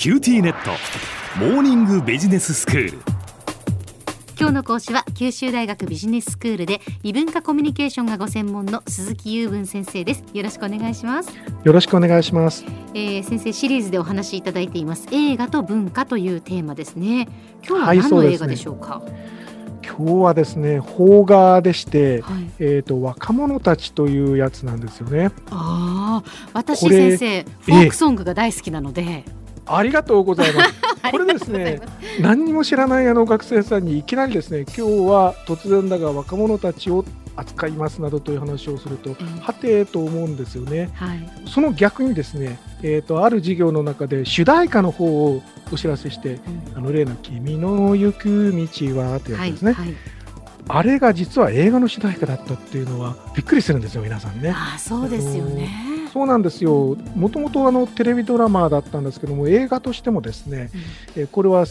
キューティーネットモーニングビジネススクール。 今日の講師は九州大学ビジネススクールで異文化コミュニケーションがご専門の鈴木雄文先生です。よろしくお願いします。 よろしくお願いします。 先生、シリーズでお話しいただいています映画と文化というテーマですね。今日は何の映画でしょうか？ 今日はですね、邦画でして、若者たちというやつなんですよね。 私先生フォークソングが大好きなので、 ありがとうございますこれですね、何にも知らない学生さんにいきなりですね、今日は突然だが若者たちを扱いますなどという話をすると、はてと思うんですよね。その逆にですね、ある授業の中で主題歌の方をお知らせして、例の君の行く道はというやつですね、あれが実は映画の主題歌だったっていうのはびっくりするんですよ、皆さんね。 そうですよね。 そうなんですよ。もともとテレビドラマだったんですけども、映画としてもですね、これは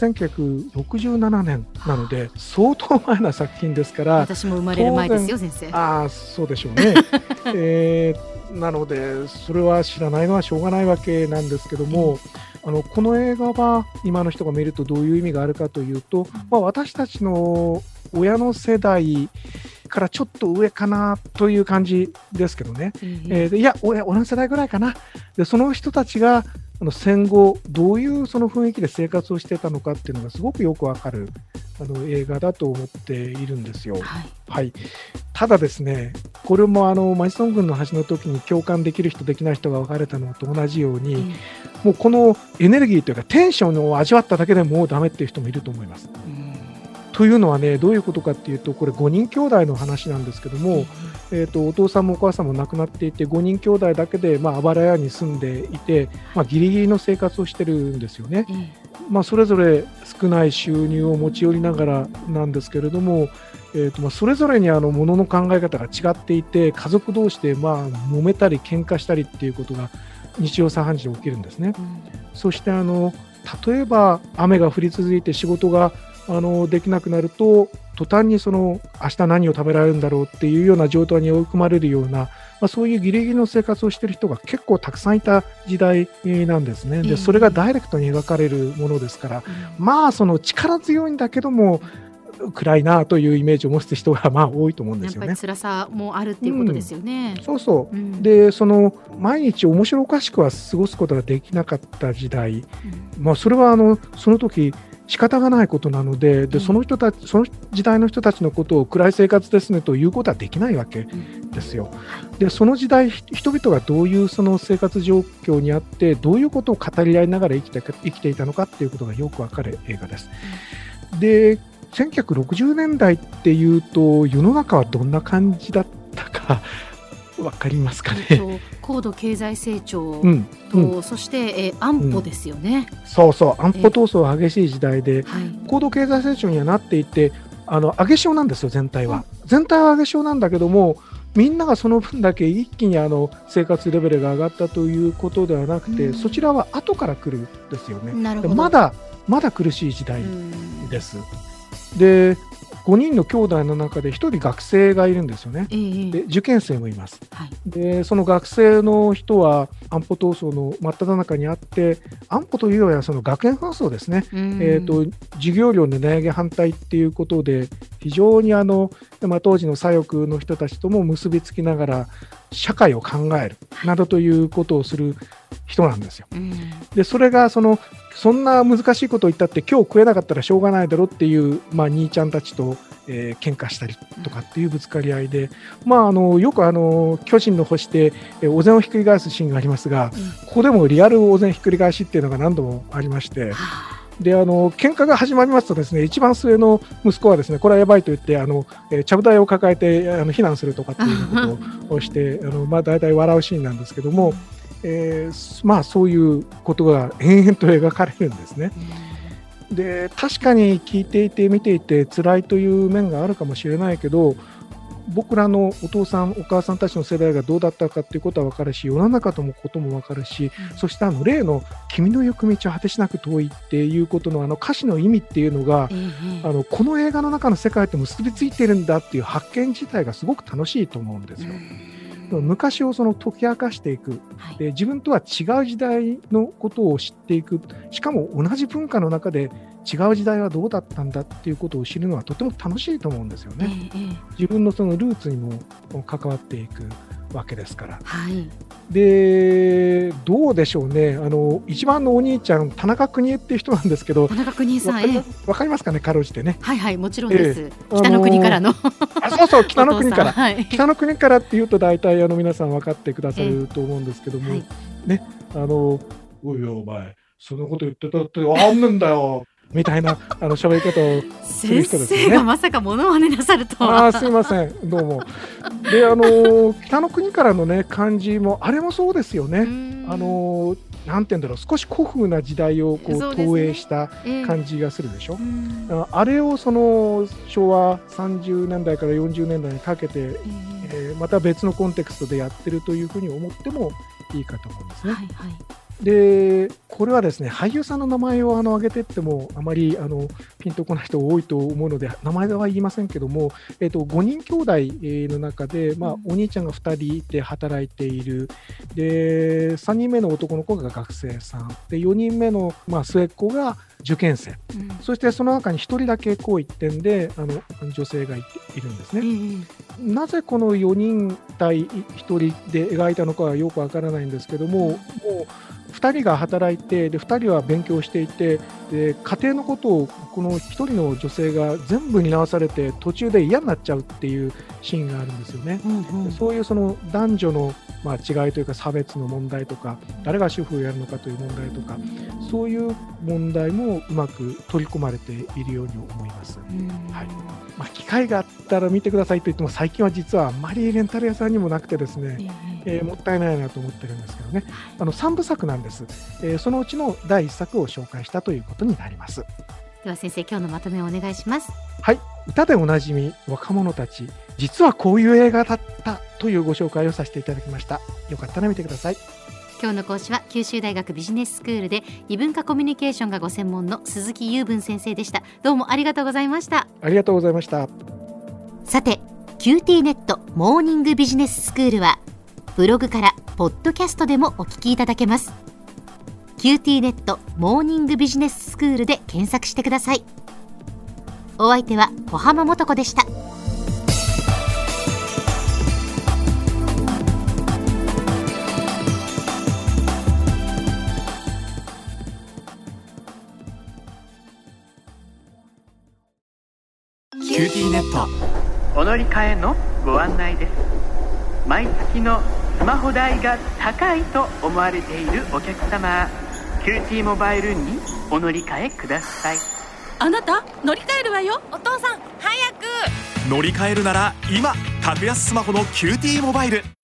1967年なので相当前な作品ですから。 私も生まれる前ですよ、先生。 そうでしょうねなのでそれは知らないのはしょうがないわけなんですけども、この映画は今の人が見るとどういう意味があるかというと、私たちの親の世代からちょっと上かなという感じですけどね、いや俺の世代ぐらいかな。でその人たちが戦後どういうその雰囲気で生活をしてたのかっていうのがすごくよくわかる映画だと思っているんですよ。ただですね、これもマジソン軍の橋の時に共感できる人できない人が分かれたのと同じように、もうこのエネルギーというかテンションを味わっただけでもうダメっていう人もいると思います。というのはね、どういうことかっていうと、これ5人兄弟の話なんですけども、お父さんもお母さんも亡くなっていて、5人兄弟だけであばら屋に住んでいて、ギリギリの生活をしてるんですよね。それぞれ少ない収入を持ち寄りながらなんですけれども、それぞれに物の考え方が違っていて、家族同士で揉めたり喧嘩したりっていうことが日常茶飯事で起きるんですね。そして例えば雨が降り続いて仕事ができなくなると、途端に明日何を食べられるんだろうっていうような状態に追い込まれるような、そういうギリギリの生活をしている人が結構たくさんいた時代なんですね。でそれがダイレクトに描かれるものですから、その力強いんだけども暗いなというイメージを持つ人が多いと思うんですよね。 やっぱり辛さもあるっていうことですよね。 で毎日面白おかしくは過ごすことができなかった時代、それはその時仕方がないことなので、その時代の人たちのことを暗い生活ですねということはできないわけですよ。でその時代人々がどういうその生活状況にあって、どういうことを語り合いながら生きていたのかっていうことがよくわかる映画です。で1960年代っていうと世の中はどんな感じだったかわかりますかね。 高度経済成長と、そして、安保ですよね。安保闘争が激しい時代で、高度経済成長にはなっていて上げ潮なんですよ。全体は上げ潮なんだけども、みんながその分だけ一気に生活レベルが上がったということではなくて、そちらは後から来るんですよね。まだ苦しい時代です。で5人の兄弟の中で1人学生がいるんですよね。で受験生もいます。でその学生の人は安保闘争の真っ只中にあって、安保というよりはその学園紛争ですね。授業料の値上げ反対っていうことで非常に当時の左翼の人たちとも結びつきながら社会を考えるなどということをする人なんですよ。でそれがそんな難しいことを言ったって今日食えなかったらしょうがないだろっていう、兄ちゃんたちと、喧嘩したりとかっていうぶつかり合いで、よく巨人の星で、お膳をひっくり返すシーンがありますが、ここでもリアルお膳ひっくり返しっていうのが何度もありまして、で喧嘩が始まりますとですね、一番末の息子はですね、これはやばいと言ってちゃぶ台を抱えて避難するとかっていうことをしてだいたい笑うシーンなんですけども、そういうことが延々と描かれるんですね。で確かに聞いていて見ていて辛いという面があるかもしれないけど、僕らのお父さんお母さんたちの世代がどうだったかっていうことは分かるし、世の中ともことも分かるし、そして例の君の行く道は果てしなく遠いっていうことの歌詞の意味っていうのが、この映画の中の世界と結びついているんだっていう発見自体がすごく楽しいと思うんですよ。 昔を解き明かしていく、で自分とは違う時代のことを知っていく、しかも同じ文化の中で違う時代はどうだったんだっていうことを知るのはとても楽しいと思うんですよね。自分のそのルーツにも関わっていくわけですから、でどうでしょうね、一番のお兄ちゃん田中邦衛っていう人なんですけど、 田中邦衛さん、 わかりますかね、かろうじてね。 もちろんです、北の国からのそう北の国から、北の国からっていうと大体皆さん分かってくださると思うんですけども、ね、おいお前そのこと言ってたってあんねんだよみたいな喋り方をする人ですよね。 先生がまさかモノマネなさるとは。 すいません、どうも。で北の国からのね漢字もあれもそうですよね。なんていうんだろう、少し古風な時代を投影した感じがするでしょ。あれを昭和30年代から40年代にかけて、また別のコンテクストでやってるというふうに思ってもいいかと思うんですね。でこれはですね、俳優さんの名前を挙げてってもあまりピンとこない人多いと思うので名前は言いませんけども、5人兄弟の中で、お兄ちゃんが2人で働いている、で3人目の男の子が学生さんで、4人目の、末っ子が受験生、そしてその中に1人だけ一点で女性がいるんですね。なぜこの4人対1人で描いたのかはよくわからないんですけども、もう2人が働いて、で2人は勉強していて、で家庭のことをこの1人の女性が全部担わされて途中で嫌になっちゃうっていうシーンがあるんですよね。そういうその男女の違いというか差別の問題とか、誰が主婦をやるのかという問題とか、そういう問題もうまく取り込まれているように思います。機会があったら見てくださいと言っても、最近は実はあんまりレンタル屋さんにもなくてですね、もったいないなと思ってるんですけどね。3部作なんです。そのうちの第1作を紹介したということになります。 では先生、今日のまとめをお願いします。 はい、歌でおなじみ若者たち、実はこういう映画だったというご紹介をさせていただきました。よかったら見てください。 今日の講師は九州大学ビジネススクールで異文化コミュニケーションがご専門の鈴木雄文先生でした。どうもありがとうございました。 ありがとうございました。 さて、QT ネットモーニングビジネススクールはブログからポッドキャストでもお聞きいただけます。QT ネットモーニングビジネススクールで検索してください。お相手は小浜もとこでした。 QT ネットお乗り換えのご案内です。毎月のスマホ代が高いと思われているお客様、QT モバイルにお乗り換えください。 あなた乗り換えるわよ。 お父さん早く。 乗り換えるなら今、格安スマホの QT モバイル。